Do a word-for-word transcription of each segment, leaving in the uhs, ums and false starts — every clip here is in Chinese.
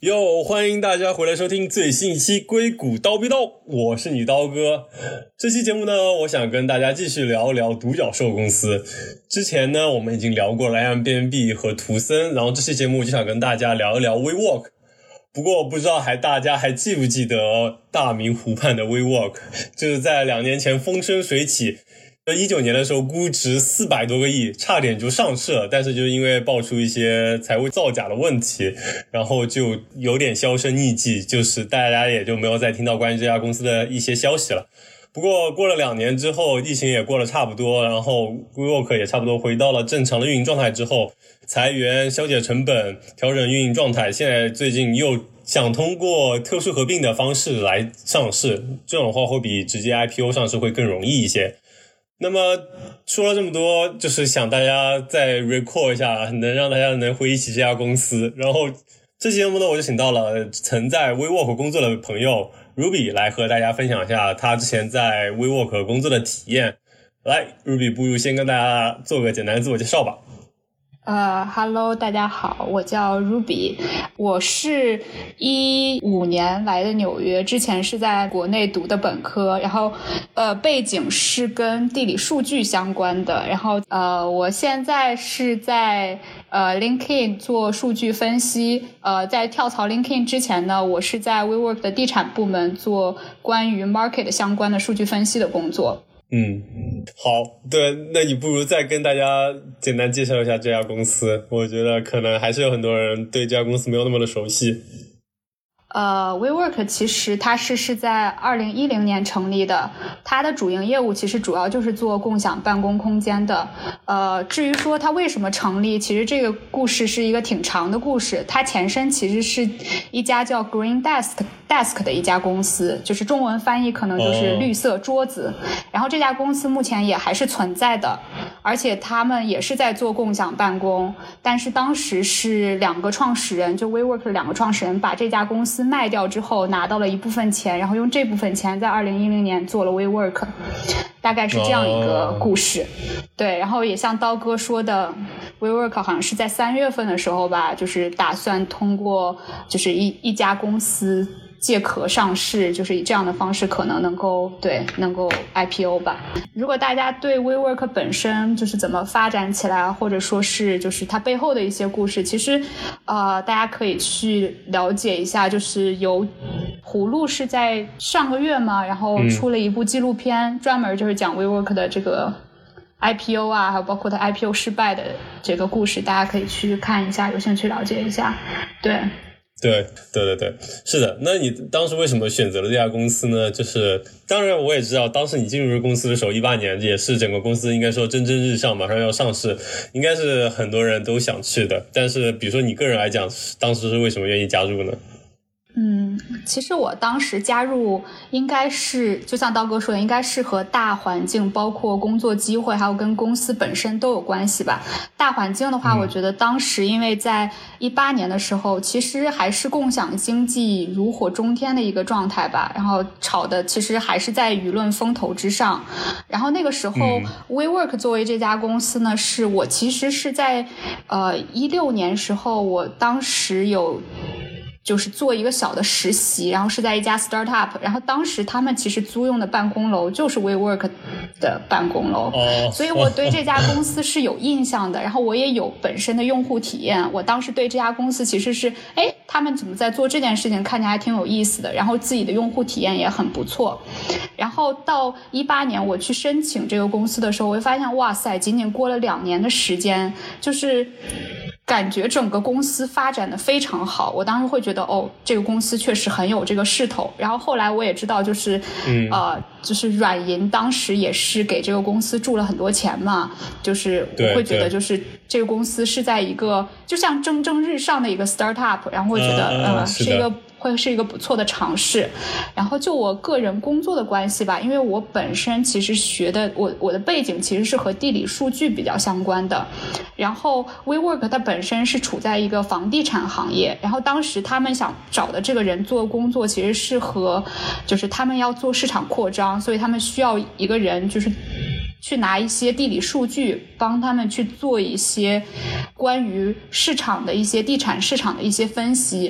哟，欢迎大家回来收听最新一期硅谷刀逼刀，我是你刀哥。这期节目呢，我想跟大家继续聊聊独角兽公司。之前呢，我们已经聊过了 Airbnb 和图森，然后这期节目就想跟大家聊一聊 WeWork。不过不知道还大家还记不记得大名湖畔的 WeWork， 就是在两年前风生水起。一九年的时候估值四百多个亿，差点就上市了，但是就因为爆出一些财务造假的问题，然后就有点销声匿迹，就是大家也就没有再听到关于这家公司的一些消息了。不过过了两年之后，疫情也过了差不多，然后 WeWork 也差不多回到了正常的运营状态之后，裁员、削减成本、调整运营状态，现在最近又想通过特殊合并的方式来上市，这种的话会比直接 I P O 上市会更容易一些。那么说了这么多，就是想大家再 recall 一下，能让大家能回忆起这家公司。然后这期节目呢，我就请到了曾在 WeWork 工作的朋友 Ruby 来和大家分享一下他之前在 WeWork 工作的体验。来 Ruby， 不如先跟大家做个简单的自我介绍吧。 呃 ，Hello， 大家好，我叫 Ruby， 我是一五年来的纽约，之前是在国内读的本科，然后呃背景是跟地理数据相关的，然后呃我现在是在呃 LinkedIn 做数据分析，呃在跳槽 LinkedIn 之前呢，我是在 WeWork 的地产部门做关于 market 相关的数据分析的工作。 嗯，好，对，那你不如再跟大家简单介绍一下这家公司，我觉得可能还是有很多人对这家公司没有那么的熟悉。 呃 WeWork 其实它是是在二零一零年成立的，它的主营业务其实主要就是做共享办公空间的。呃，至于说它为什么成立，其实这个故事是一个挺长的故事。它前身其实是一家叫 Green Desk Desk 的一家公司，就是中文翻译可能就是绿色桌子。Oh. 然后这家公司目前也还是存在的，而且他们也是在做共享办公。但是当时是两个创始人，就 WeWork 的两个创始人把这家公司卖掉之后拿到了一部分钱，然后用这部分钱在二零一零年做了 WeWork， 大概是这样一个故事。Oh. 对，然后也像刀哥说的 WeWork 好像是在三月份的时候吧，就是打算通过就是一一家公司借壳上市，就是以这样的方式可能能够对能够 I P O 吧。如果大家对 WeWork 本身就是怎么发展起来，或者说是就是它背后的一些故事，其实呃大家可以去了解一下，就是有葫芦是在上个月嘛，然后出了一部纪录片，嗯、专门就是讲 WeWork 的这个 I P O 啊，还有包括它 I P O 失败的这个故事，大家可以去看一下，有兴趣了解一下。对。 对对对对，是的。那你当时为什么选择了这家公司呢？就是当然我也知道，当时你进入公司的时候，一八年也是整个公司应该说蒸蒸日上，马上要上市，应该是很多人都想去的。但是比如说你个人来讲，当时是为什么愿意加入呢？ 嗯，其实我当时加入应该是就像刀哥说的，应该是和大环境包括工作机会还有跟公司本身都有关系吧。大环境的话，我觉得当时因为在一八年的时候，其实还是共享经济如火中天的一个状态吧，然后炒的其实还是在舆论风头之上。然后那个时候、嗯、WeWork 作为这家公司呢，是我其实是在呃一六年时候，我当时有就是做一个小的实习，然后是在一家 startup， 然后当时他们其实租用的办公楼就是 WeWork 的办公楼， oh. 所以我对这家公司是有印象的，然后我也有本身的用户体验，我当时对这家公司其实是诶他们怎么在做这件事情，看起来还挺有意思的，然后自己的用户体验也很不错。然后到一八年我去申请这个公司的时候，我会发现哇塞，仅仅过了两年的时间，就是感觉整个公司发展的非常好，我当时会觉得哦，这个公司确实很有这个势头。然后后来我也知道，就是嗯呃，就是软银当时也是给这个公司注了很多钱嘛，就是我会觉得就是这个公司是在一个就像蒸蒸日上的一个 startup， 然后会觉得呃是一个会是一个不错的尝试。然后就我个人工作的关系吧，因为我本身其实学的我我的背景其实是和地理数据比较相关的，然后 WeWork 它本身是处在一个房地产行业，然后当时他们想找的这个人做工作其实是和就是他们要做市场扩张，所以他们需要一个人就是去拿一些地理数据帮他们去做一些关于市场的一些地产市场的一些分析。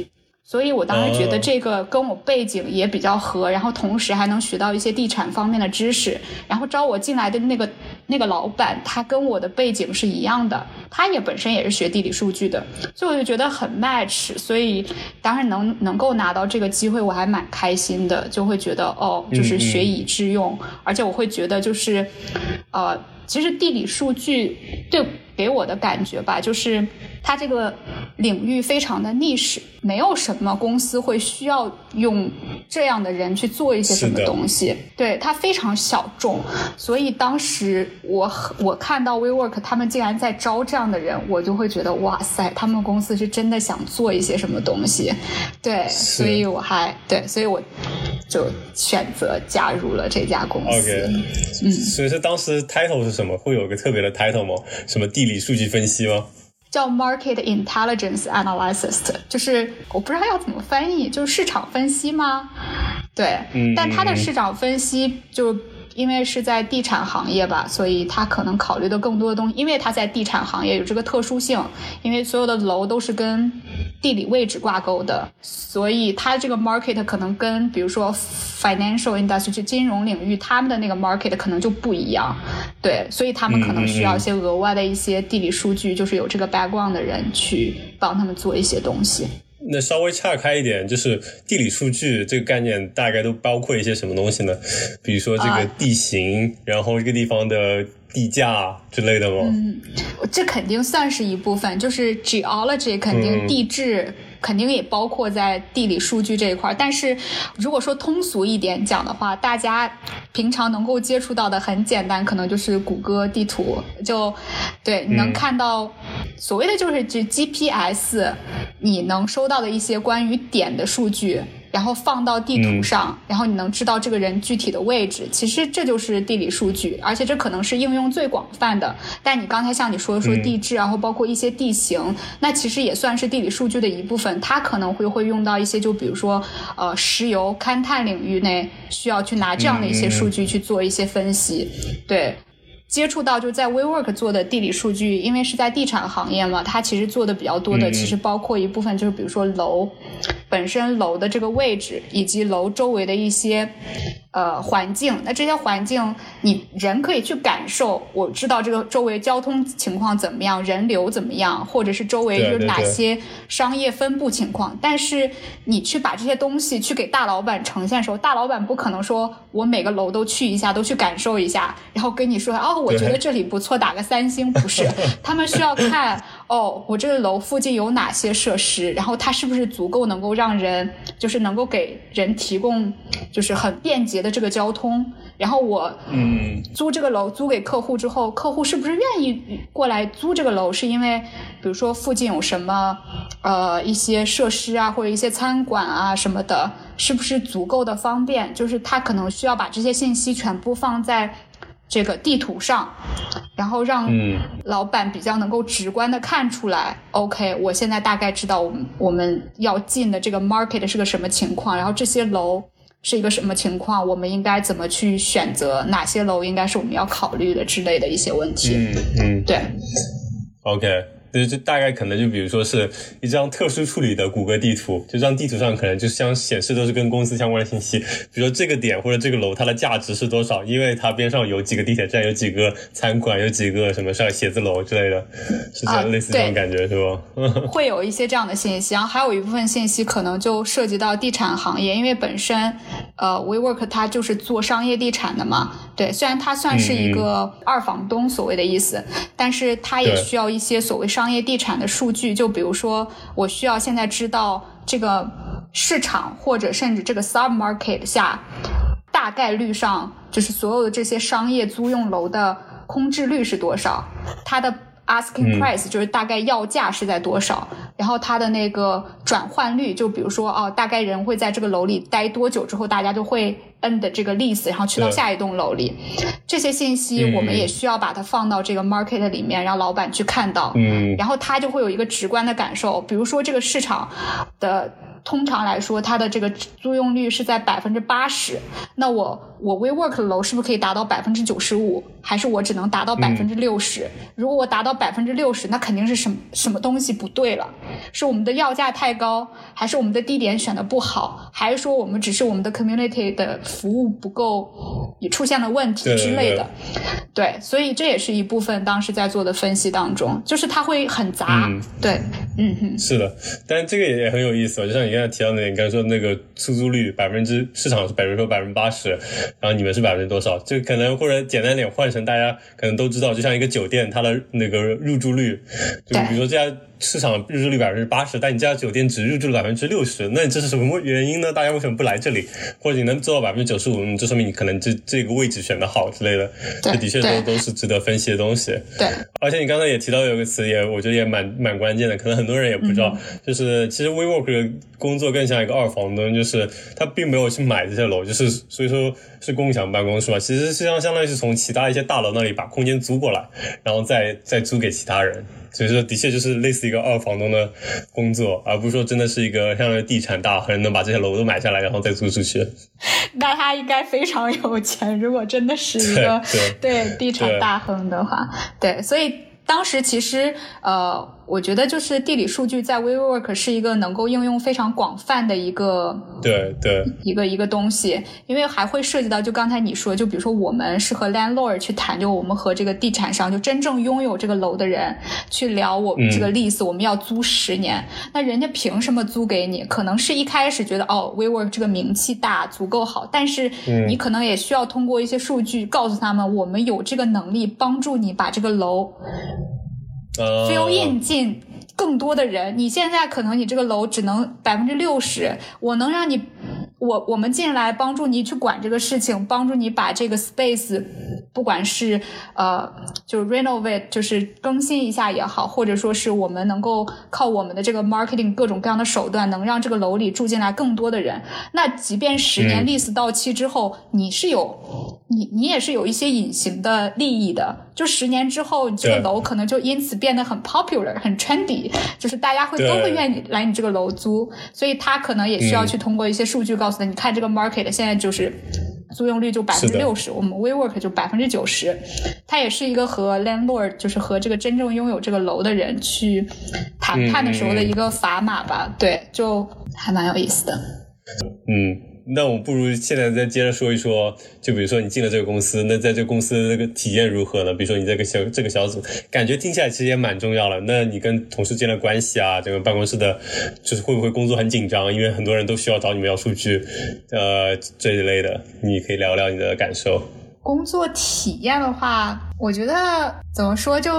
所以我当时觉得这个跟我背景也比较合，然后同时还能学到一些地产方面的知识。然后招我进来的那个那个老板，他跟我的背景是一样的，他也本身也是学地理数据的，所以我就觉得很 match。所以当时能能够拿到这个机会，我还蛮开心的，就会觉得哦，就是学以致用。嗯嗯而且我会觉得就是，呃，其实地理数据对给我的感觉吧，就是它这个领域非常的 niche， 没有什么公司会需要用这样的人去做一些什么东西，对，它非常小众。所以当时我我看到 WeWork 他们竟然在招这样的人，我就会觉得哇塞，他们公司是真的想做一些什么东西，对，所以我还对，所以我就选择加入了这家公司。 OK， 嗯，所以是当时 title 是什么？会有个特别的 title 吗？什么地理数据分析吗？ 叫 Market Intelligence Analyst， 就是我不知道要怎么翻译，就是市场分析吗？对，嗯、但它的市场分析就因为是在地产行业吧，所以他可能考虑的更多的东西，因为他在地产行业有这个特殊性，因为所有的楼都是跟地理位置挂钩的，所以他这个 market 可能跟比如说 financial industry 就金融领域他们的那个 market 可能就不一样，对，所以他们可能需要一些额外的一些地理数据，就是有这个 background 的人去帮他们做一些东西。 那稍微岔开一点，就是地理数据这个概念大概都包括一些什么东西呢？比如说这个地形、啊、然后这个地方的地价之类的吗？ 嗯，这肯定算是一部分，就是 geology 肯定地质、嗯肯定也包括在地理数据这一块，但是如果说通俗一点讲的话，大家平常能够接触到的很简单，可能就是谷歌地图，就对，你能看到所谓的就是 G P S 你能收到的一些关于点的数据，然后放到地图上、嗯、然后你能知道这个人具体的位置，其实这就是地理数据，而且这可能是应用最广泛的。但你刚才像你说说地质、嗯、然后包括一些地形，那其实也算是地理数据的一部分，它可能会会用到一些就比如说呃石油勘探领域内需要去拿这样的一些数据去做一些分析、嗯、对。接触到就在 WeWork 做的地理数据，因为是在地产行业嘛，它其实做的比较多的、嗯、其实包括一部分就是比如说楼本身楼的这个位置以及楼周围的一些呃环境，那这些环境你人可以去感受，我知道这个周围交通情况怎么样，人流怎么样，或者是周围有哪些商业分布情况，但是你去把这些东西去给大老板呈现的时候，大老板不可能说我每个楼都去一下都去感受一下然后跟你说哦我觉得这里不错打个三星，不是，他们需要看哦我这个楼附近有哪些设施，然后它是不是足够能够让人就是能够给人提供就是很便捷的这个交通，然后我嗯租这个楼租给客户之后，客户是不是愿意过来租这个楼，是因为比如说附近有什么呃一些设施啊或者一些餐馆啊什么的，是不是足够的方便，就是他可能需要把这些信息全部放在这个地图上，然后让老板比较能够直观的看出来、嗯、OK 我现在大概知道我们我们要进的这个 market 是个什么情况，然后这些楼是一个什么情况，我们应该怎么去选择，哪些楼应该是我们要考虑的之类的一些问题。 嗯嗯， 对 OK，就大概可能就比如说是一张特殊处理的谷歌地图，这张地图上可能就相显示都是跟公司相关的信息，比如说这个点或者这个楼它的价值是多少，因为它边上有几个地铁站，有几个餐馆，有几个什么像写字楼之类的，是这样、啊、类似这种感觉是吧？ 会有一些这样的信息，然后还有一部分信息可能就涉及到地产行业，因为本身呃 WeWork 它就是做商业地产的嘛，对，虽然它算是一个二房东所谓的意思、嗯、但是它也需要一些所谓商业地产的数据，就比如说我需要现在知道这个市场或者甚至这个 submarket 下大概率上就是所有的这些商业租用楼的空置率是多少，它的 asking price、嗯、就是大概要价是在多少，然后它的那个转换率，就比如说哦，大概人会在这个楼里待多久之后大家就会摁的这个 lease 然后去到下一栋楼里，这些信息我们也需要把它放到这个 market 里面、嗯、让老板去看到、嗯、然后他就会有一个直观的感受，比如说这个市场的通常来说它的这个租用率是在百分之八十，那我我 WeWork 的楼是不是可以达到百分之九十五，还是我只能达到百分之六十？如果我达到百分之六十，那肯定是什么什么东西不对了？是我们的要价太高，还是我们的地点选的不好，还是说我们只是我们的 community 的服务不够，也出现了问题之类的？对, 对, 对，所以这也是一部分当时在做的分析当中，就是它会很杂。嗯、对，嗯哼， 是的，但这个也很有意思，就像你刚才提到的，你刚才说那个出租率百分之市场是百分之说百分之八十，然后你们是百分之多少？这可能或者简单点换成大家可能都知道，就像一个酒店它的那个入住率，就比如说这家市场入住率百分之八十，但你这家酒店只入住了百分之六十，那这是什么原因呢？大家为什么不来这里？或者你能做到百分之九十五，这说明你可能这这个位置选得好之类的，这的确都都是值得分析的东西。 对， 而且你刚才也提到有个词，也我觉得也蛮蛮关键的，可能很多人也不知道，嗯、就是其实 WeWork 的工作更像一个二房东，就是他并没有去买这些楼，就是所以说是共享办公室嘛，其实实际上相当于是从其他一些大楼那里把空间租过来，然后再再租给其他人。所以说的确就是类似一个二房东的工作，而不是说真的是一个像地产大亨能把这些楼都买下来然后再租出去。 那他应该非常有钱，如果真的是一个 对, 对地产大亨的话。 对, 对，所以当时其实呃我觉得就是地理数据在 WeWork 是一个能够应用非常广泛的一个对对一个一个东西，因为还会涉及到就刚才你说，就比如说我们是和 landlord 去谈，就我们和这个地产商就真正拥有这个楼的人去聊我们这个 lease、嗯、我们要租十年，那人家凭什么租给你？可能是一开始觉得哦 WeWork 这个名气大足够好，但是你可能也需要通过一些数据告诉他们我们有这个能力帮助你把这个楼fill in进更多的人，你现在可能你这个楼只能百分之六十，我能让你我我们进来帮助你去管这个事情，帮助你把这个 space 不管是呃就 renovate 就是更新一下也好，或者说是我们能够靠我们的这个 marketing 各种各样的手段能让这个楼里住进来更多的人，那即便十年 lease 到期之后、嗯、你是有你你也是有一些隐形的利益的，就十年之后你这个楼可能就因此变得很 popular 很 trendy， 就是大家会都会愿意来你这个楼租，所以他可能也需要去通过一些数据告诉他、嗯、你看这个 market 现在就是租用率就百分之六十，我们 WeWork 就百分之九十，它也是一个和 landlord 就是和这个真正拥有这个楼的人去谈判的时候的一个砝码吧、嗯、对，就还蛮有意思的。 嗯，那我不如现在再接着说一说，就比如说你进了这个公司，那在这个公司的那个体验如何呢？比如说你这个小这个小组，感觉听起来其实也蛮重要了。那你跟同事间的关系啊，整个办公室的，就是会不会工作很紧张？因为很多人都需要找你们要数据，呃，这一类的，你可以聊聊你的感受。 工作体验的话，我觉得怎么说，就是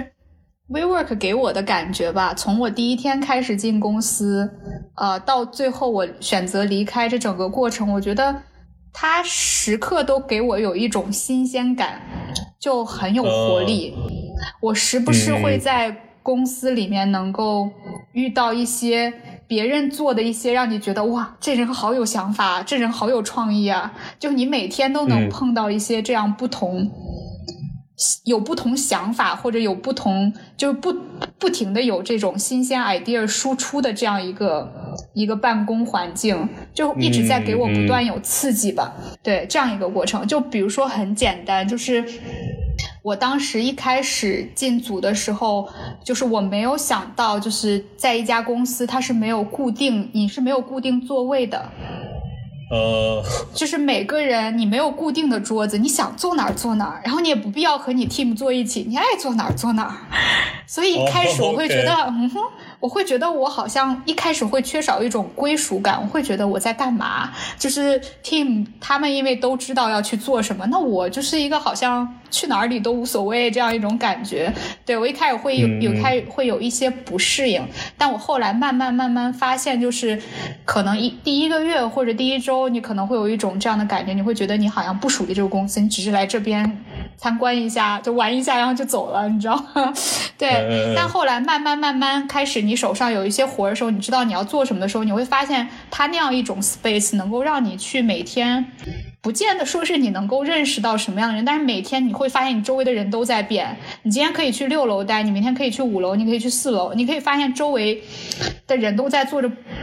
WeWork 给我的感觉吧，从我第一天开始进公司呃，到最后我选择离开，这整个过程我觉得它时刻都给我有一种新鲜感，就很有活力、哦、我时不时会在公司里面能够遇到一些别人做的一些让你觉得哇这人好有想法，这人好有创意啊，就你每天都能碰到一些这样不同、嗯有不同想法或者有不同就是不不停的有这种新鲜 idea 输出的这样一个一个办公环境，就一直在给我不断有刺激吧、嗯嗯、对，这样一个过程。就比如说很简单，就是我当时一开始进组的时候，就是我没有想到就是在一家公司它是没有固定你是没有固定座位的，呃，就是每个人你没有固定的桌子，你想坐哪儿坐哪儿，然后你也不必要和你 team 坐一起，你爱坐哪儿坐哪儿。所以一开始我会觉得、oh, okay. 嗯哼，我会觉得我好像一开始会缺少一种归属感，我会觉得我在干嘛，就是 team 他们因为都知道要去做什么，那我就是一个好像去哪里都无所谓这样一种感觉。对，我一开始会有有开会有一些不适应，但我后来慢慢慢慢发现，就是可能一第一个月或者第一周你可能会有一种这样的感觉，你会觉得你好像不属于这个公司，你只是来这边参观一下就玩一下然后就走了，你知道吗？对、呃、但后来慢慢慢慢开始你手上有一些活的时候，你知道你要做什么的时候，你会发现它那样一种 space 能够让你去每天不见得说是你能够认识到什么样的人，但是每天你会发现你周围的人都在变，你今天可以去六楼待，你明天可以去五楼，你可以去四楼，你可以发现周围的人都在做着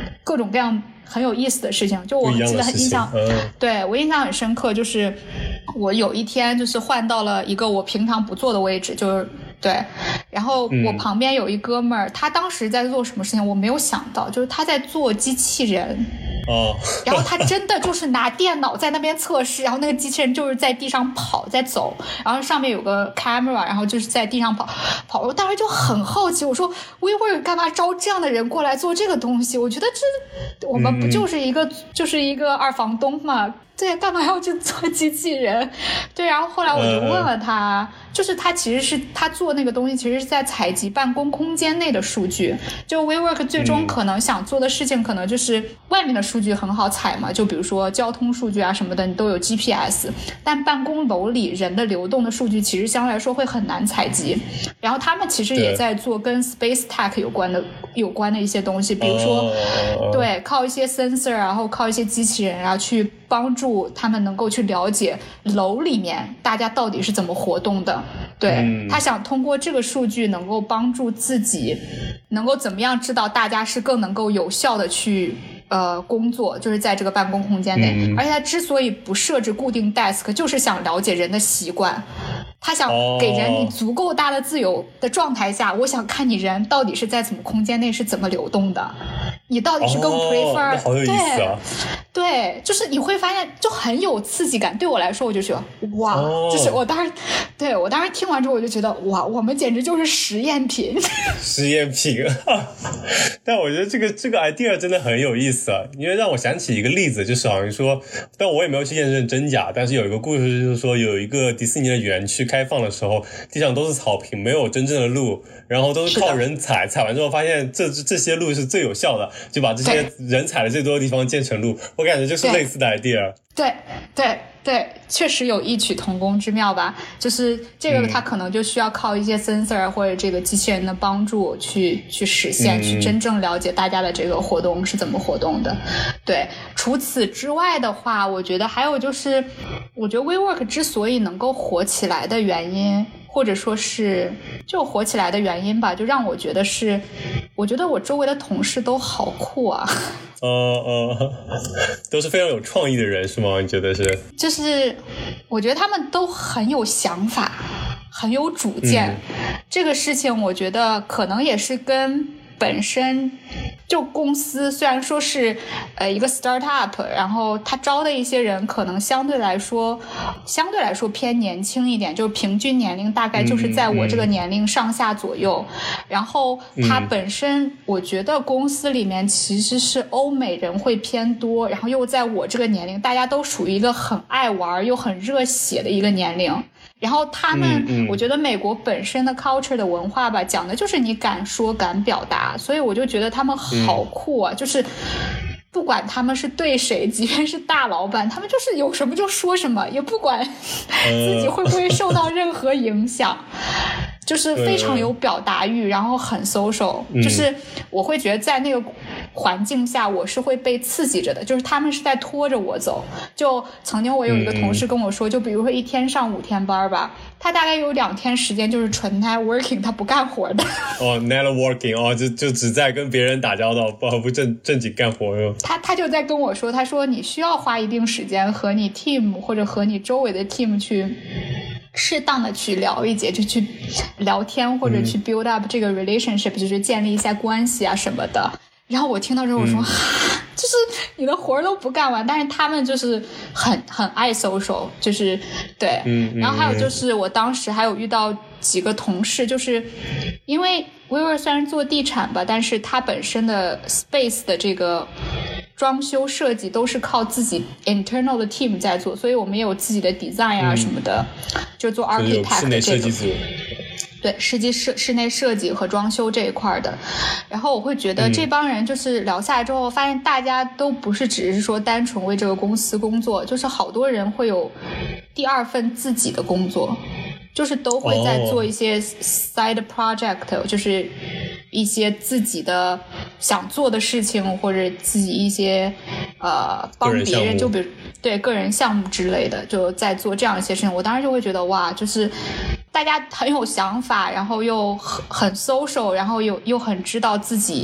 各种各样很有意思的事情。就我记得很印象， 嗯、 对我印象很深刻，就是我有一天就是换到了一个我平常不坐的位置，就是对，然后我旁边有一哥们儿、嗯，他当时在做什么事情我没有想到，就是他在做机器人。 哦， 然后他真的就是拿电脑在那边测试，然后那个机器人就是在地上跑在走，然后上面有个 camera， 然后就是在地上跑跑。我当时就很好奇，我说 WeWork 干嘛招这样的人过来做这个东西？我觉得这我们不就是一个、嗯、就是一个二房东嘛，对，干嘛要去做机器人？对，然后后来我就问了他、嗯、就是他其实是他做那个东西其实是在采集办公空间内的数据，就 WeWork 最终可能想做的事情可能就是外面的数据很好采嘛，就比如说交通数据啊什么的你都有 G P S， 但办公楼里人的流动的数据其实相对来说会很难采集。然后他们其实也在做跟 Space Tech 有关的有关的一些东西，比如说、哦、对，靠一些 sensor， 然后靠一些机器人，然后去帮助他们能够去了解楼里面大家到底是怎么活动的。对、嗯、他想通过这个数据能够帮助自己能够怎么样知道大家是更能够有效的去呃工作，就是在这个办公空间内、嗯、而且他之所以不设置固定 desk 就是想了解人的习惯，他想给人你足够大的自由的状态下、哦、我想看你人到底是在怎么空间内是怎么流动的，你到底是更 prefer、 哦、好有意思啊。 对对，就是你会发现就很有刺激感。对我来说我就觉得哇、哦、就是我当时对我当时听完之后我就觉得哇，我们简直就是实验品实验品但我觉得这个这个 idea 真的很有意思啊，因为让我想起一个例子，就是好像说，但我也没有去验证真假，但是有一个故事就是说，有一个迪士尼的园区开放的时候，地上都是草坪，没有真正的路，然后都是靠人踩，踩完之后发现这这些路是最有效的，就把这些人踩的最多的地方建成路。我感觉就是类似的 idea。 对对对，确实有异曲同工之妙吧。就是这个，它可能就需要靠一些 sensor 或者这个机器人的帮助去去实现、嗯，去真正了解大家的这个活动是怎么活动的。对，除此之外的话，我觉得还有就是，我觉得 WeWork 之所以能够火起来的原因。或者说是就火起来的原因吧，就让我觉得是我觉得我周围的同事都好酷啊。 呃呃，都是非常有创意的人是吗？你觉得是？ 就是我觉得他们都很有想法，很有主见、嗯、这个事情我觉得可能也是跟本身就公司虽然说是呃一个 startup， 然后他招的一些人可能相对来说相对来说偏年轻一点，就是平均年龄大概就是在我这个年龄上下左右、嗯、然后他本身我觉得公司里面其实是欧美人会偏多，然后又在我这个年龄大家都属于一个很爱玩又很热血的一个年龄，然后他们、嗯嗯、我觉得美国本身的 culture 的文化吧，讲的就是你敢说敢表达，所以我就觉得他们好酷啊、嗯、就是不管他们是对谁，即便是大老板，他们就是有什么就说什么，也不管自己会不会受到任何影响、嗯、就是非常有表达欲，然后很 social、嗯、就是我会觉得在那个环境下我是会被刺激着的，就是他们是在拖着我走。就曾经我有一个同事跟我说、嗯、就比如说一天上五天班吧，他大概有两天时间就是纯 networking， 他不干活的。 哦 networking 哦，就就只在跟别人打交道，不不正正经干活哟。 他他就在跟我说，他说你需要花一定时间和你 team 或者和你周围的 team 去适当的去聊一节，就去聊天或者去 build up 这个 relationship、嗯、就是建立一下关系啊什么的。然后我听到之后我说、嗯、就是你的活都不干完，但是他们就是很很爱 social， 就是对、嗯、然后还有就是我当时还有遇到几个同事，就是因为 WeWork 虽然做地产吧，但是它本身的 space 的这个装修设计都是靠自己 internal 的 team 在做，所以我们也有自己的 design 啊什么的、嗯、就做 architect 的这个对室内设室内设计和装修这一块的。然后我会觉得这帮人就是聊下来之后、嗯、发现大家都不是只是说单纯为这个公司工作，就是好多人会有第二份自己的工作，就是都会在做一些 side project、哦、就是一些自己的想做的事情，或者自己一些呃帮别人，就比如对个人项目之类的，就在做这样一些事情。我当时就会觉得哇，就是大家很有想法，然后又很 social， 然后又又很知道自己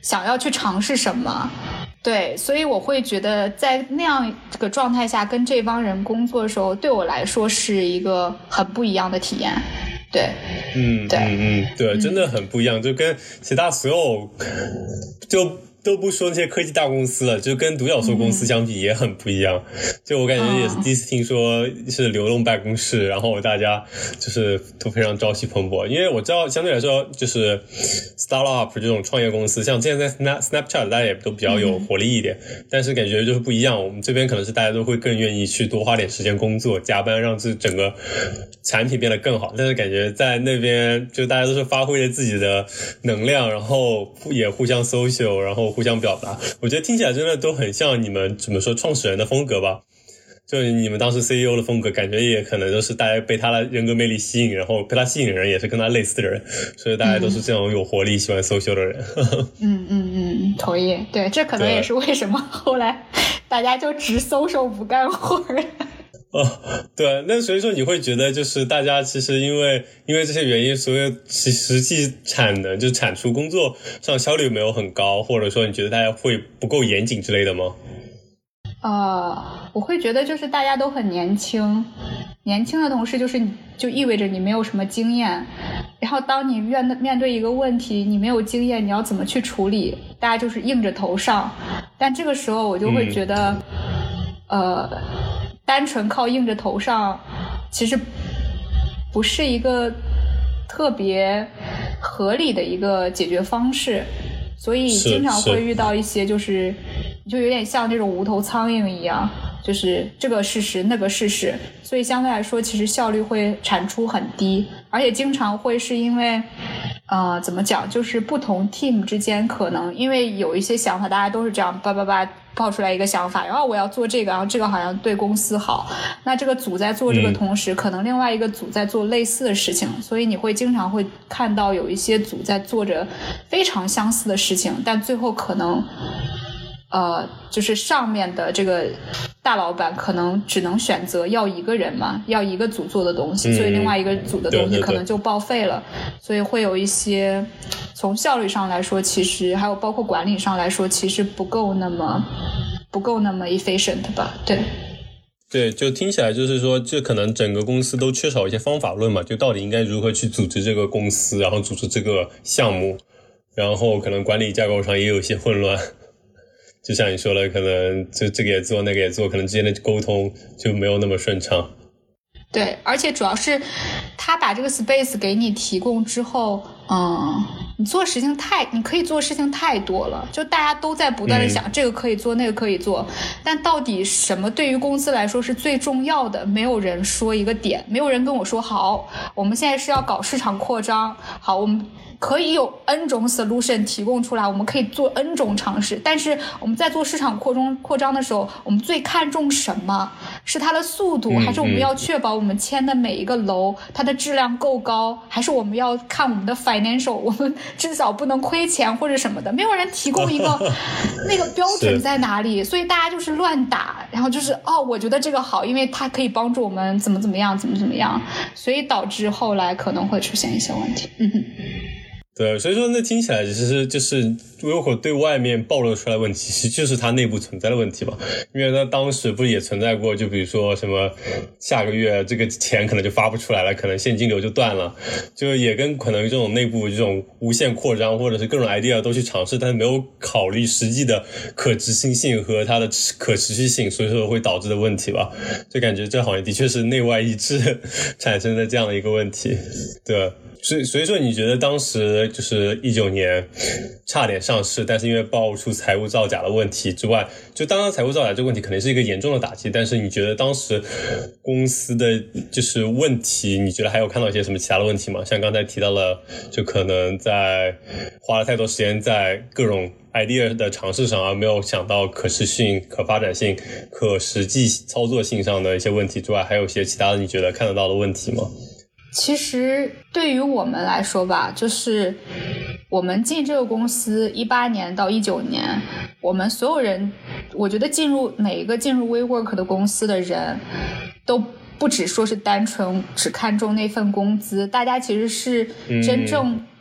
想要去尝试什么。对，所以我会觉得在那样这个状态下跟这帮人工作的时候，对我来说是一个很不一样的体验。对， 嗯， 对， 嗯嗯，对，真的很不一样，就跟其他所有就都不说那些科技大公司了，就跟独角兽公司相比也很不一样。嗯、就我感觉也是第一次听说是流动办公室，然后大家就是都非常朝气蓬勃。因为我知道相对来说就是 startup 这种创业公司，像之前在 Snap Snapchat 大家也都比较有活力一点，嗯、但是感觉就是不一样。我们这边可能是大家都会更愿意去多花点时间工作，加班，让这整个产品变得更好。但是感觉在那边就大家都是发挥着自己的能量，然后也互相 social， 然后互相表达，我觉得听起来真的都很像你们怎么说创始人的风格吧。就你们当时 C E O 的风格，感觉也可能都是大家被他的人格魅力吸引，然后被他吸引的人也是跟他类似的人，所以大家都是这种有活力、喜欢 social 的人。 嗯嗯嗯，同意。对，这可能也是为什么后来大家就只 social 不干活儿。 哦，对，那所以说你会觉得就是大家其实因为因为这些原因，所以其实际产能就产出工作上效率没有很高，或者说你觉得大家会不够严谨之类的吗？ 呃，我会觉得就是大家都很年轻，年轻的同时就是就意味着你没有什么经验，然后当你面面对一个问题，你没有经验，你要怎么去处理？大家就是硬着头上，但这个时候我就会觉得，嗯、呃。单纯靠硬着头上其实不是一个特别合理的一个解决方式，所以经常会遇到一些就是就有点像这种无头苍蝇一样，就是这个事实那个事实，所以相对来说其实效率会产出很低，而且经常会是因为呃，怎么讲，就是不同 team 之间可能因为有一些想法，大家都是这样叭叭叭爆出来一个想法，然后我要做这个，然后这个好像对公司好，那这个组在做这个同时、嗯、可能另外一个组在做类似的事情，所以你会经常会看到有一些组在做着非常相似的事情，但最后可能呃，就是上面的这个大老板可能只能选择要一个人嘛，要一个组做的东西、嗯、所以另外一个组的东西可能就报废了，对对对，所以会有一些从效率上来说，其实还有包括管理上来说，其实不够那么不够那么 efficient 吧。对对，就听起来就是说这可能整个公司都缺少一些方法论嘛，就到底应该如何去组织这个公司，然后组织这个项目，然后可能管理架构上也有一些混乱，就像你说了，可能就这个也做那个也做，可能之间的沟通就没有那么顺畅。 对，而且主要是他把这个 space 给你提供之后，嗯，你做事情太你可以做事情太多了，就大家都在不断的想、嗯、这个可以做那个可以做，但到底什么对于公司来说是最重要的，没有人说一个点，没有人跟我说好我们现在是要搞市场扩张，好我们可以有 N 种 solution 提供出来，我们可以做 N 种尝试，但是我们在做市场扩张扩张的时候，我们最看重什么？是它的速度，还是我们要确保我们签的每一个楼它的质量够高，还是我们要看我们的 financial， 我们至少不能亏钱或者什么的？没有人提供一个那个标准在哪里，所以大家就是乱打，然后就是哦，我觉得这个好，因为它可以帮助我们怎么怎么样，怎么怎么样，所以导致后来可能会出现一些问题。嗯哼。 对，所以说那听起来其实就是WeWork对外面暴露出来的问题，其实就是它内部存在的问题吧。因为它当时不是也存在过，就比如说什么下个月这个钱可能就发不出来了，可能现金流就断了，就也跟可能这种内部这种无限扩张或者是各种 idea 都去尝试，但是没有考虑实际的可执行性和它的可持续性，所以说会导致的问题吧。就感觉这好像的确是内外一致产生的这样的一个问题。对。所以所以说你觉得当时就是一九年差点上市，但是因为爆出财务造假的问题之外，就当然财务造假这个问题肯定是一个严重的打击，但是你觉得当时公司的就是问题，你觉得还有看到一些什么其他的问题吗？像刚才提到了就可能在花了太多时间在各种 idea 的尝试上，而没有想到可持续性、可发展性、可实际操作性上的一些问题之外，还有一些其他的你觉得看得到的问题吗？ 其实对于我们来说吧，就是我们进这个公司一八年到一九年，我们所有人，我觉得进入每一个进入 WeWork 的公司的人都不只说是单纯只看重那份工资，大家其实是真正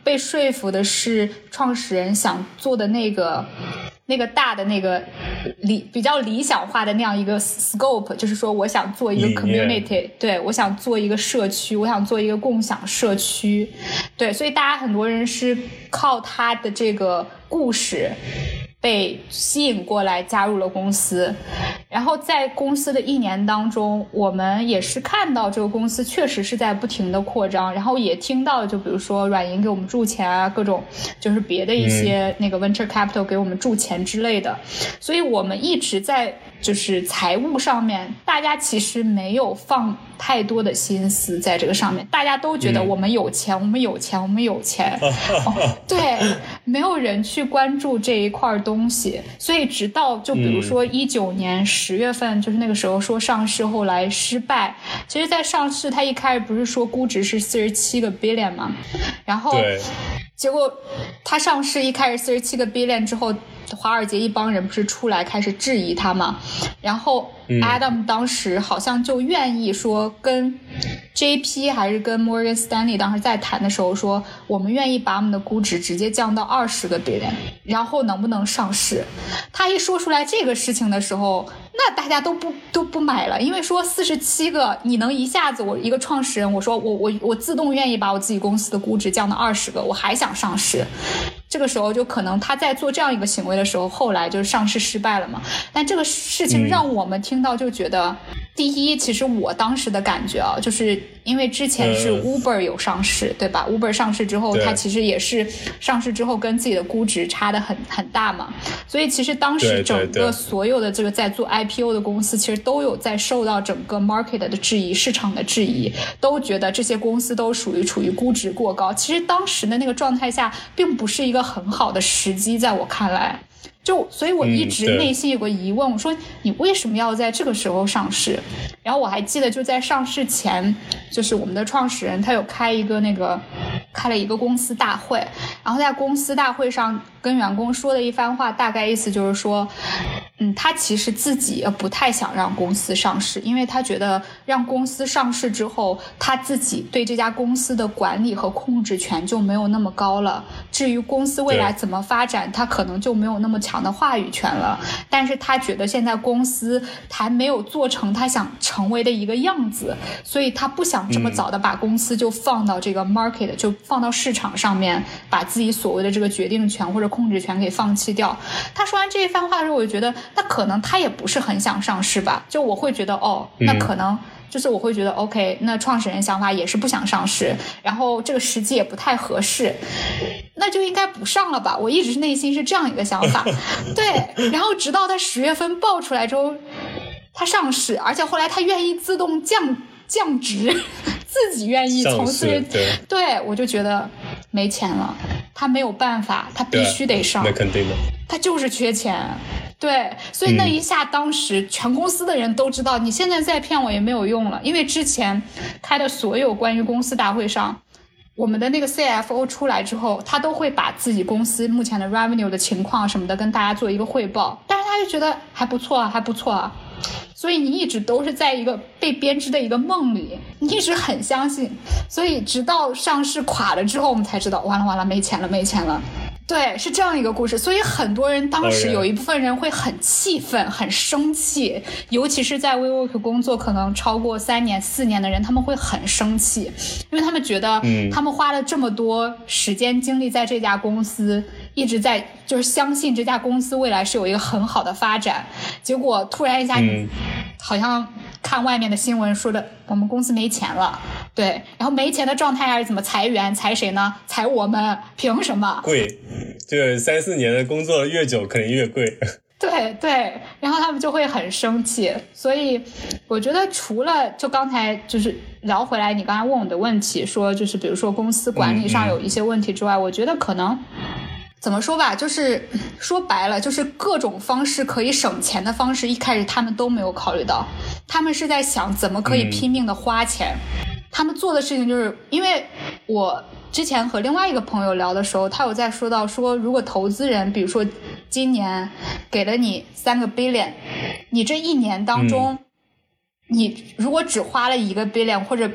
被说服的是创始人想做的那个那个大的那个理比较理想化的那样一个 scope， 就是说我想做一个 community， 对，我想做一个社区，我想做一个共享社区，对，所以大家很多人是靠他的这个故事被吸引过来加入了公司。然后在公司的一年当中，我们也是看到这个公司确实是在不停的扩张，然后也听到就比如说软银给我们注钱啊，各种就是别的一些那个 venture capital 给我们注钱之类的，所以我们一直在就是财务上面大家其实没有放太多的心思在这个上面，大家都觉得我们有钱、嗯、我们有钱我们有钱哦、对，没有人去关注这一块东西。所以直到就比如说一九年十月份、嗯、就是那个时候说上市后来失败，其实在上市它一开始不是说估值是四十七个 billion 嘛，然后结果它上市一开始四十七个 billion 之后，华尔街一帮人不是出来开始质疑他嘛，然后 Adam 当时好像就愿意说跟 J P 还是跟 Morgan Stanley 当时在谈的时候说，我们愿意把我们的估值直接降到二十个 billion， 然后能不能上市。他一说出来这个事情的时候，那大家都不都不买了，因为说四十七个你能一下子，我一个创始人我说我我我自动愿意把我自己公司的估值降到二十个，我还想上市，这个时候就可能他在做这样一个行为的时候，后来就是上市失败了嘛。但这个事情让我们听到就觉得、嗯、第一其实我当时的感觉啊，就是因为之前是 Uber 有上市、嗯、对吧， Uber 上市之后它其实也是上市之后跟自己的估值差的很很大嘛，所以其实当时整个所有的这个在做 I P O 的公司其实都有在受到整个 market 的质疑，市场的质疑，都觉得这些公司都属于处于估值过高。其实当时的那个状态下并不是一个很好的时机，在我看来就所以我一直内心有个疑问、嗯、我说你为什么要在这个时候上市。然后我还记得就在上市前，就是我们的创始人他有开一个那个开了一个公司大会，然后在公司大会上跟员工说的一番话，大概意思就是说嗯，他其实自己不太想让公司上市，因为他觉得让公司上市之后他自己对这家公司的管理和控制权就没有那么高了，至于公司未来怎么发展他可能就没有那么强的话语权了。但是他觉得现在公司还没有做成他想成为的一个样子，所以他不想这么早的把公司就放到这个 market、嗯、就放到市场上面，把自己所谓的这个决定权或者控制权给放弃掉。他说完这一番话的时候，我就觉得那可能他也不是很想上市吧，就我会觉得哦，那可能就是我会觉得 OK， 那创始人想法也是不想上市，然后这个时机也不太合适，那就应该不上了吧，我一直内心是这样一个想法对，然后直到他十月份爆出来之后他上市，而且后来他愿意自动降降值自己愿意从四十，对对，我就觉得没钱了，他没有办法，他必须得上， 那肯定的， 他就是缺钱。对，所以那一下当时全公司的人都知道、嗯、你现在再骗我也没有用了，因为之前开的所有关于公司大会上，我们的那个 C F O 出来之后，他都会把自己公司目前的 revenue 的情况什么的跟大家做一个汇报，但是他就觉得还不错啊还不错啊，所以你一直都是在一个被编织的一个梦里，你一直很相信，所以直到上市垮了之后我们才知道完了完了没钱了没钱了。对，是这样一个故事。所以很多人当时有一部分人会很气愤很生气，尤其是在 WeWork 工作可能超过三年四年的人，他们会很生气，因为他们觉得他们花了这么多时间精力在这家公司，一直在就是相信这家公司未来是有一个很好的发展，结果突然一下、嗯、好像看外面的新闻说的我们公司没钱了，对，然后没钱的状态下是怎么裁员，裁谁呢？裁我们，凭什么？ 贵，这个三四年的工作越久肯定越贵。 对对，然后他们就会很生气。所以我觉得除了就刚才就是聊回来你刚才问我的问题，说就是比如说公司管理上有一些问题之外、嗯嗯、我觉得可能怎么说吧，就是说白了就是各种方式可以省钱的方式一开始他们都没有考虑到，他们是在想怎么可以拼命的花钱、嗯、他们做的事情就是因为我之前和另外一个朋友聊的时候，他有在说到说如果投资人比如说今年给了你三个 billion， 你这一年当中、嗯、你如果只花了一个 billion 或者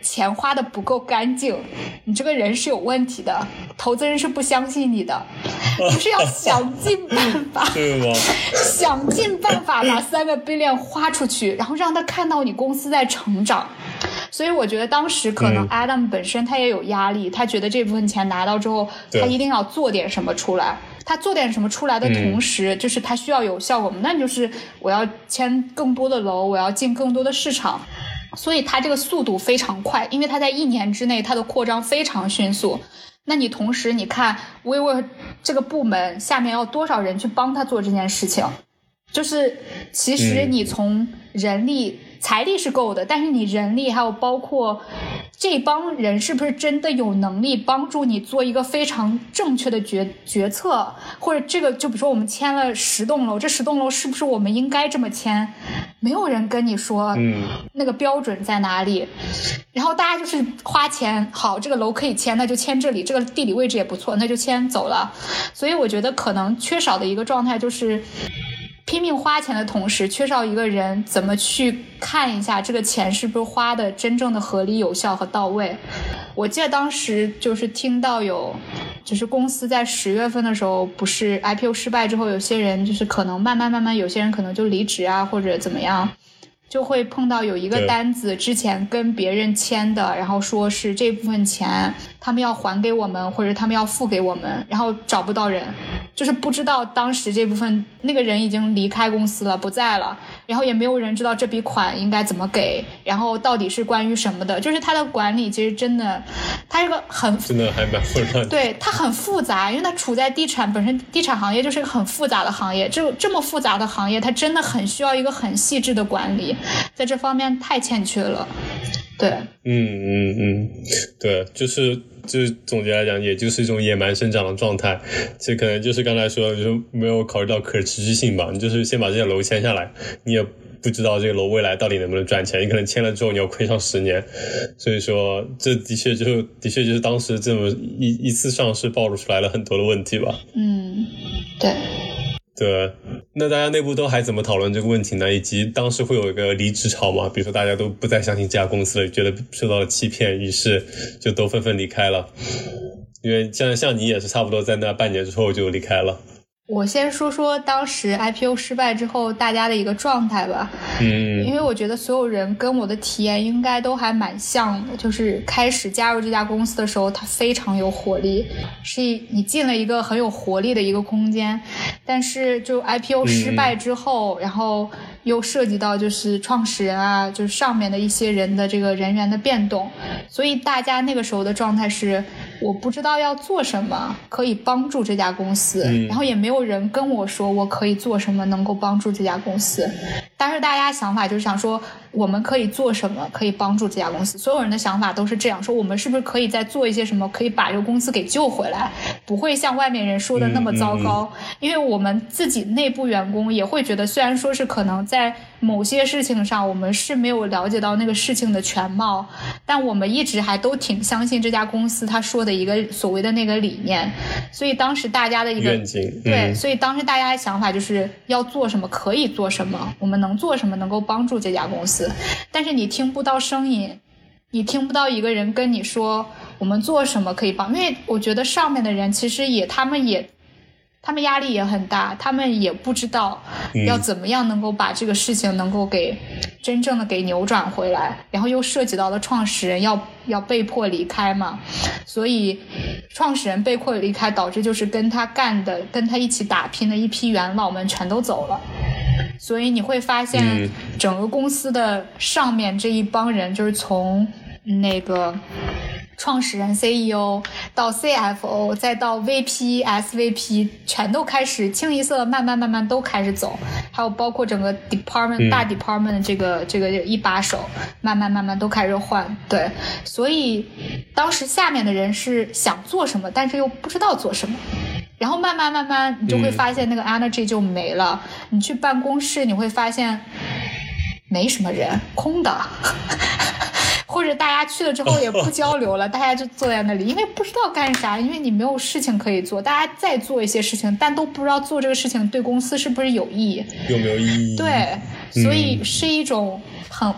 钱花的不够干净，你这个人是有问题的，投资人是不相信你的，你是要想尽办法对吗？ 想尽办法把三个 billion 花出去，然后让他看到你公司在成长。所以我觉得当时可能 Adam 本身他也有压力，嗯、他觉得这部分钱拿到之后，他一定要做点什么出来。他做点什么出来的同时，嗯、就是他需要有效果嘛，那就是我要签更多的楼，我要进更多的市场。所以他这个速度非常快，因为他在一年之内他的扩张非常迅速。那你同时你看 WeWork 这个部门下面要多少人去帮他做这件事情，就是其实你从人力、嗯、财力是够的，但是你人力还有包括这帮人是不是真的有能力帮助你做一个非常正确的决决策，或者这个就比如说我们签了十栋楼，这十栋楼是不是我们应该这么签，没有人跟你说那个标准在哪里、嗯、然后大家就是花钱，好这个楼可以签那就签这里，这个地理位置也不错那就签走了。所以我觉得可能缺少的一个状态就是拼命花钱的同时，缺少一个人怎么去看一下这个钱是不是花的真正的合理有效和到位。我记得当时就是听到有就是公司在十月份的时候，不是 I P O 失败之后，有些人就是可能慢慢慢慢有些人可能就离职啊或者怎么样，就会碰到有一个单子之前跟别人签的，然后说是这部分钱他们要还给我们或者他们要付给我们，然后找不到人，就是不知道当时这部分那个人已经离开公司了不在了，然后也没有人知道这笔款应该怎么给，然后到底是关于什么的，就是他的管理其实真的他是个很真的还蛮混乱的， 对，他很复杂，因为他处在地产本身，地产行业就是一个很复杂的行业，这这么复杂的行业他真的很需要一个很细致的管理，在这方面太欠缺了。对， 嗯嗯嗯，对，就是就是总结来讲，也就是一种野蛮生长的状态。这可能就是刚才说的，就是没有考虑到可持续性吧。你就是先把这些楼签下来，你也不知道这个楼未来到底能不能赚钱，你可能签了之后你要亏上十年。所以说，这的确就的确就是当时这么一一次上市暴露出来了很多的问题吧。 嗯，对。 对，那大家内部都还怎么讨论这个问题呢？以及当时会有一个离职潮吗？比如说大家都不再相信这家公司了，觉得受到了欺骗，于是就都纷纷离开了。因为像像你也是差不多在那半年之后就离开了。 我先说说当时 I P O 失败之后大家的一个状态吧。 嗯， 因为我觉得所有人跟我的体验应该都还蛮像的，就是开始加入这家公司的时候它非常有活力，是你进了一个很有活力的一个空间，但是就 I P O 失败之后、嗯、然后又涉及到就是创始人啊，就是上面的一些人的这个人员的变动，所以大家那个时候的状态是我不知道要做什么可以帮助这家公司、嗯、然后也没有人跟我说我可以做什么能够帮助这家公司，但是大家想法就是想说我们可以做什么可以帮助这家公司，所有人的想法都是这样，说我们是不是可以再做一些什么可以把这个公司给救回来，不会像外面人说的那么糟糕、嗯嗯嗯、因为我们自己内部员工也会觉得，虽然说是可能在某些事情上我们是没有了解到那个事情的全貌，但我们一直还都挺相信这家公司他说的一个所谓的那个理念，所以当时大家的一个愿景、嗯、 对，所以当时大家的想法就是要做什么可以做什么，我们能做什么能够帮助这家公司，但是你听不到声音，你听不到一个人跟你说我们做什么可以帮，因为我觉得上面的人其实也他们也他们压力也很大，他们也不知道要怎么样能够把这个事情能够给真正的给扭转回来，然后又涉及到了创始人要要被迫离开嘛，所以创始人被迫离开导致就是跟他干的跟他一起打拼的一批元老们全都走了，所以你会发现整个公司的上面这一帮人就是从那个创始人 C E O 到 C F O 再到 V P S V P 全都开始清一色慢慢慢慢都开始走，还有包括整个 department、嗯、大 department 这个这个一把手慢慢慢慢都开始换，对，所以当时下面的人是想做什么但是又不知道做什么，然后慢慢慢慢你就会发现那个 energy 就没了、嗯、你去办公室你会发现没什么人，空的或者大家去了之后也不交流了大家就坐在那里，因为不知道干啥，因为你没有事情可以做，大家再做一些事情但都不知道做这个事情对公司是不是有意义， 有没有意义， 对，所以是一种很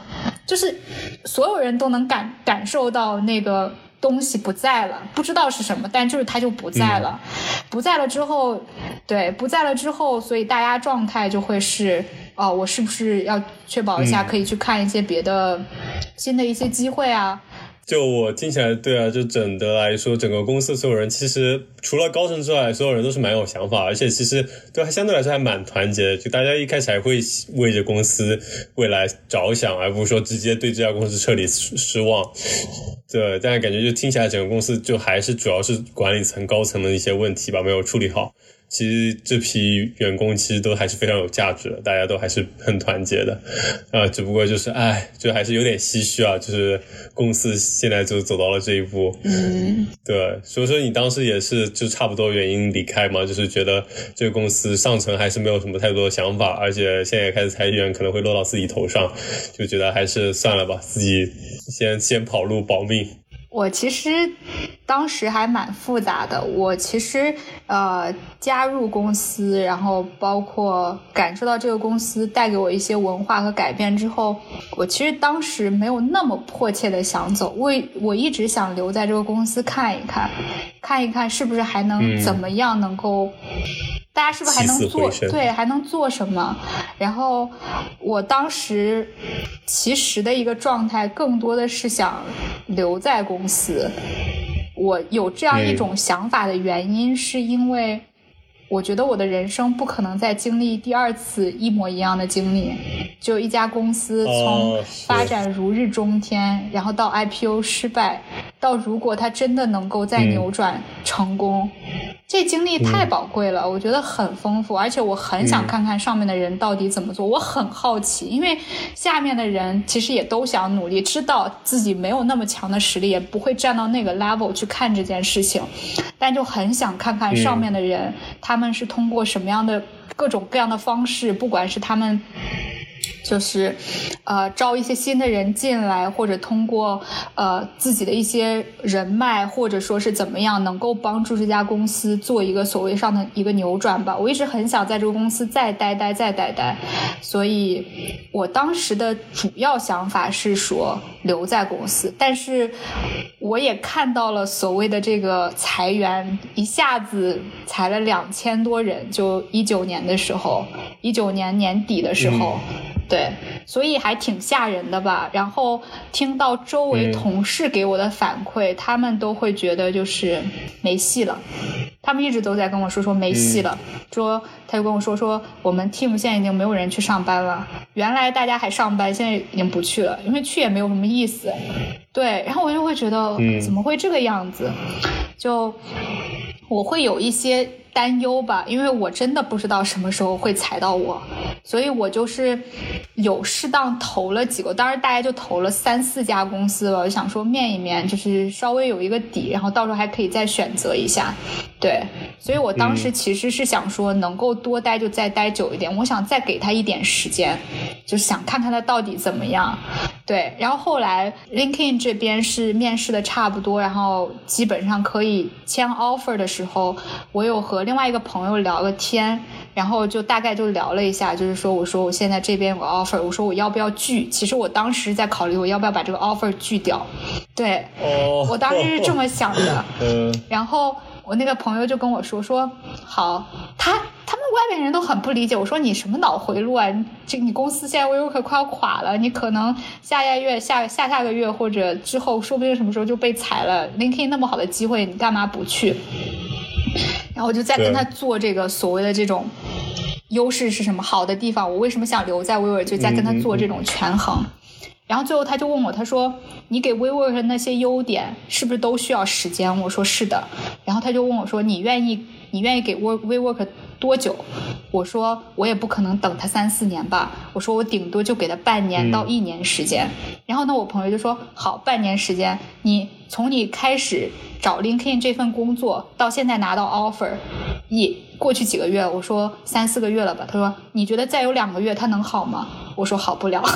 就是所有人都能感感受到那个东西不在了，不知道是什么，但就是它就不在了、嗯、不在了之后对不在了之后所以大家状态就会是哦，我是不是要确保一下可以去看一些别的、嗯、新的一些机会啊。 就我听起来，对啊，就整的来说，整个公司所有人其实除了高层之外，所有人都是蛮有想法，而且其实对还相对来说还蛮团结的。就大家一开始还会为着公司未来着想，而不是说直接对这家公司彻底失望。对，但是感觉就听起来整个公司就还是主要是管理层高层的一些问题吧，没有处理好。其实这批员工其实都还是非常有价值的，大家都还是很团结的，啊，只不过就是哎，就还是有点唏嘘啊，就是公司现在就走到了这一步。 嗯， 对，所以说你当时也是就差不多原因离开嘛，就是觉得这个公司上层还是没有什么太多的想法，而且现在也开始裁员，可能会落到自己头上，就觉得还是算了吧，自己先先跑路保命。 我其实当时还蛮复杂的，我其实呃加入公司，然后包括感受到这个公司带给我一些文化和改变之后，我其实当时没有那么迫切的想走，我我一直想留在这个公司看一看看一看是不是还能怎么样能够、嗯大家是不是还能做对还能做什么。然后我当时其实的一个状态更多的是想留在公司。我有这样一种想法的原因是因为我觉得我的人生不可能再经历第二次一模一样的经历，就一家公司从发展如日中天、哦、然后到 I P O 失败，到如果它真的能够再扭转成功、嗯、这经历太宝贵了、嗯、我觉得很丰富，而且我很想看看上面的人到底怎么做、嗯、我很好奇，因为下面的人其实也都想努力，知道自己没有那么强的实力，也不会站到那个 level 去看这件事情，但就很想看看上面的人、嗯、他们是通过什么样的各种各样的方式，不管是他们就是呃招一些新的人进来，或者通过呃自己的一些人脉，或者说是怎么样能够帮助这家公司做一个所谓上的一个扭转吧。我一直很想在这个公司再待待再待待，所以我当时的主要想法是说留在公司，但是我也看到了所谓的这个裁员，一下子裁了两千多人，就一九年的时候，一九年年底的时候、嗯对，所以还挺吓人的吧。然后听到周围同事给我的反馈、嗯、他们都会觉得就是没戏了，他们一直都在跟我说说没戏了、嗯、说他就跟我说说我们 team 现在已经没有人去上班了，原来大家还上班，现在已经不去了，因为去也没有什么意思。对，然后我就会觉得、嗯、怎么会这个样子，就我会有一些担忧吧，因为我真的不知道什么时候会裁到我，所以我就是有适当投了几个，当然大概就投了三四家公司了，我就想说面一面，就是稍微有一个底，然后到时候还可以再选择一下。对，所以我当时其实是想说能够多待就再待久一点、嗯、我想再给他一点时间，就是想看看他到底怎么样。对，然后后来 LinkedIn 这边是面试的差不多，然后基本上可以签 offer 的时候，我有和另外一个朋友聊个天，然后就大概就聊了一下，就是说我说我现在这边有个 offer， 我说我要不要拒，其实我当时在考虑我要不要把这个 offer 拒掉。对、oh, 我当时是这么想的、oh, oh. 然后我那个朋友就跟我说说好，他他们外面人都很不理解，我说你什么脑回路啊，这你公司现在 WeWork 快要垮了，你可能下下月下下下个月或者之后说不定什么时候就被裁了， LinkedIn 那么好的机会你干嘛不去。然后我就在跟他做这个所谓的这种优势是什么，好的地方我为什么想留在 WeWork， 就在跟他做这种权衡。嗯嗯嗯，然后最后他就问我，他说你给 WeWork 的那些优点是不是都需要时间，我说是的。然后他就问我说你愿意你愿意给 WeWork 多久，我说我也不可能等他三四年吧，我说我顶多就给他半年到一年时间、嗯、然后呢我朋友就说好，半年时间，你从你开始找 LinkedIn 这份工作到现在拿到 offer 也过去几个月，我说三四个月了吧，他说你觉得再有两个月他能好吗，我说好不了。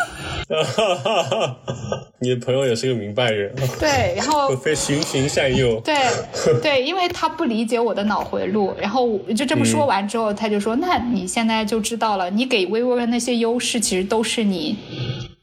你的朋友也是个明白人。 对，然后非循循善诱。 对对，因为他不理解我的脑回路，然后就这么说完之后、嗯、他就说那你现在就知道了，你给 WeWork 那些优势其实都是你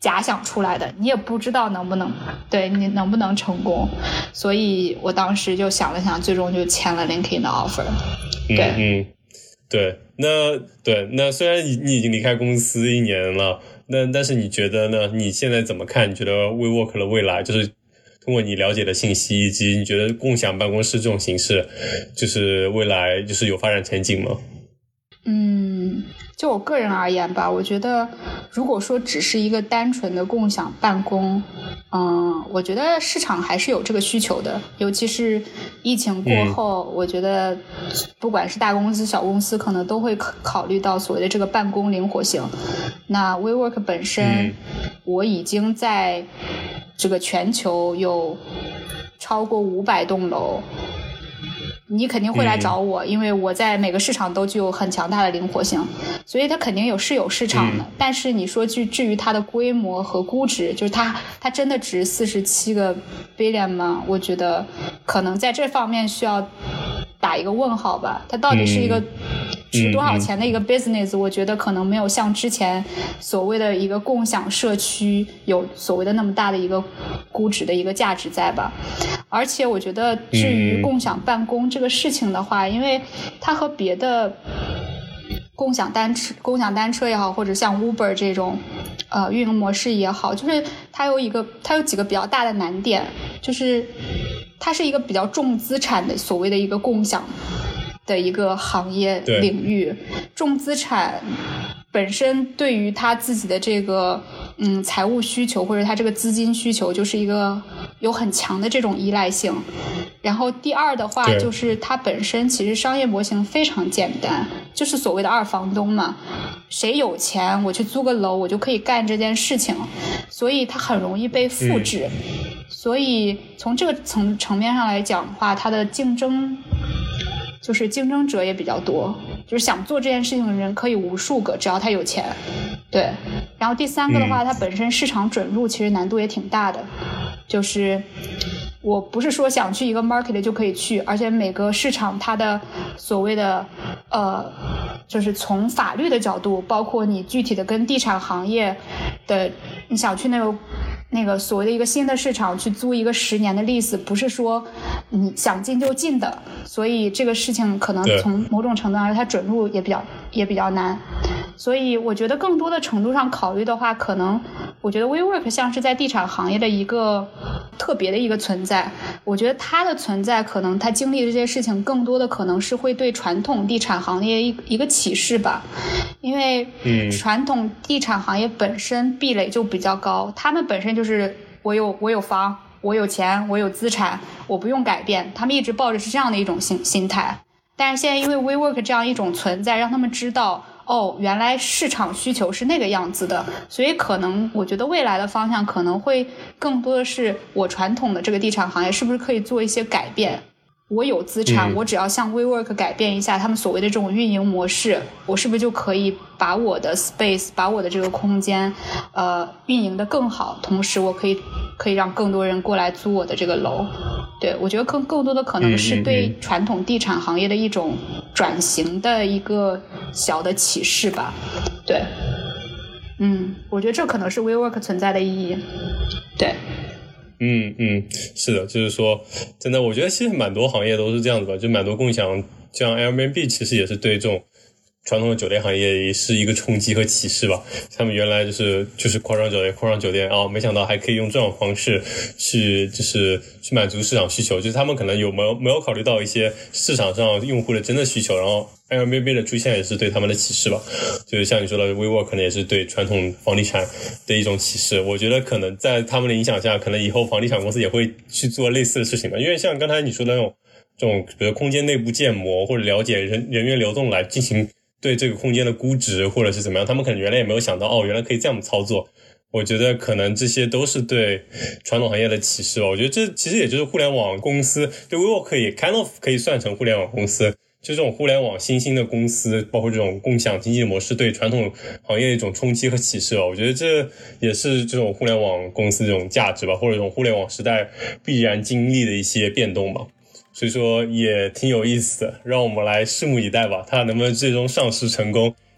假想出来的，你也不知道能不能对你能不能成功，所以我当时就想了想，最终就签了 LinkedIn 的 offer。对， 嗯嗯，对，那对，那虽然你你已经离开公司一年了，那但是你觉得呢？你现在怎么看？你觉得 WeWork 的未来，就是通过你了解的信息，以及你觉得共享办公室这种形式，就是未来就是有发展前景吗？ 嗯，就我个人而言吧，我觉得如果说只是一个单纯的共享办公，嗯，我觉得市场还是有这个需求的，尤其是疫情过后，嗯、我觉得不管是大公司小公司可能都会考虑到所谓的这个办公灵活性。那 WeWork 本身、嗯、我已经在这个全球有超过五百栋楼，你肯定会来找我、嗯、因为我在每个市场都具有很强大的灵活性，所以它肯定有是有市场的、嗯、但是你说至至于它的规模和估值，就是它它真的值四十七个 billion 吗？我觉得可能在这方面需要打一个问号吧，它到底是一个值多少钱的一个 business、嗯嗯、我觉得可能没有像之前所谓的一个共享社区有所谓的那么大的一个估值的一个价值在吧。而且我觉得至于共享办公这个事情的话、嗯、因为它和别的共享单车共享单车也好，或者像 Uber 这种呃运营模式也好，就是它有一个它有几个比较大的难点，就是它是一个比较重资产的所谓的一个共享的一个行业领域，重资产本身对于他自己的这个嗯财务需求或者他这个资金需求就是一个有很强的这种依赖性。然后第二的话就是它本身其实商业模型非常简单，就是所谓的二房东嘛，谁有钱我去租个楼我就可以干这件事情，所以它很容易被复制、嗯、所以从这个层层面上来讲的话，它的竞争就是竞争者也比较多，就是想做这件事情的人可以无数个，只要他有钱。对，然后第三个的话、嗯、它本身市场准入其实难度也挺大的，就是我不是说想去一个 market 就可以去，而且每个市场它的所谓的呃就是从法律的角度，包括你具体的跟地产行业的，你想去那个那个所谓的一个新的市场去租一个十年的 lease， 不是说你想进就进的，所以这个事情可能从某种程度上来说它准入也比较也比较难。所以我觉得更多的程度上考虑的话，可能我觉得 WeWork 像是在地产行业的一个特别的一个存在，我觉得它的存在可能它经历的这些事情更多的可能是会对传统地产行业一一个启示吧。因为传统地产行业本身壁垒就比较高，他们本身就是我有我有房，我有钱，我有资产，我不用改变，他们一直抱着是这样的一种心心态。但是现在因为 WeWork 这样一种存在，让他们知道哦，原来市场需求是那个样子的，所以可能我觉得未来的方向可能会更多的是我传统的这个地产行业是不是可以做一些改变。我有资产、嗯、我只要向 WeWork 改变一下他们所谓的这种运营模式，我是不是就可以把我的 space 把我的这个空间呃运营的更好，同时我可以可以让更多人过来租我的这个楼。对，我觉得更更多的可能是对传统地产行业的一种转型的一个小的启示吧。对，嗯，我觉得这可能是 WeWork 存在的意义。对。 嗯嗯，是的，就是说真的我觉得其实蛮多行业都是这样子吧，就蛮多共享，像 Airbnb 其实也是对这种传统的酒店行业也是一个冲击和启示吧。他们原来就是就是扩张酒店扩张酒店啊、哦，没想到还可以用这种方式去就是去满足市场需求，就是他们可能有没有没有考虑到一些市场上用户的真的需求，然后 Airbnb 的出现也是对他们的启示吧。就是像你说的 WeWork 可能也是对传统房地产的一种启示。我觉得可能在他们的影响下，可能以后房地产公司也会去做类似的事情吧。因为像刚才你说的那种这种比如空间内部建模或者了解人人员流动来进行对这个空间的估值或者是怎么样，他们可能原来也没有想到哦，原来可以这样操作。我觉得可能这些都是对传统行业的启示吧。我觉得这其实也就是互联网公司，对 WeWork 可以 kind of 可以算成互联网公司，就这种互联网新兴的公司，包括这种共享经济模式对传统行业的一种冲击和启示吧。我觉得这也是这种互联网公司这种价值吧，或者这种互联网时代必然经历的一些变动吧。所以说也挺有意思的，让我们来拭目以待吧，它能不能最终上市成功，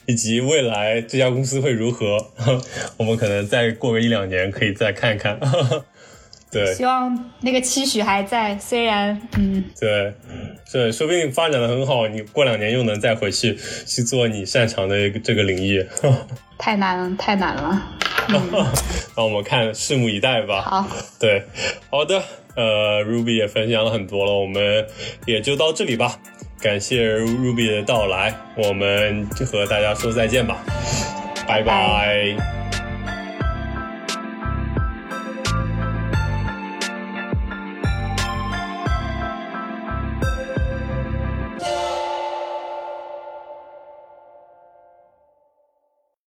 以及未来这家公司会如何，我们可能再过个一两年可以再看看。对， 希望那个期许还在，虽然嗯， 对，对，说不定发展的很好，你过两年又能再回去去做你擅长的这个领域。 太难了，太难了。嗯、 让我们看，拭目以待吧。 好， 对，好的，呃 ，Ruby 也分享了很多了，我们也就到这里吧。感谢 Ruby 的到来，我们就和大家说再见吧，拜拜。拜拜。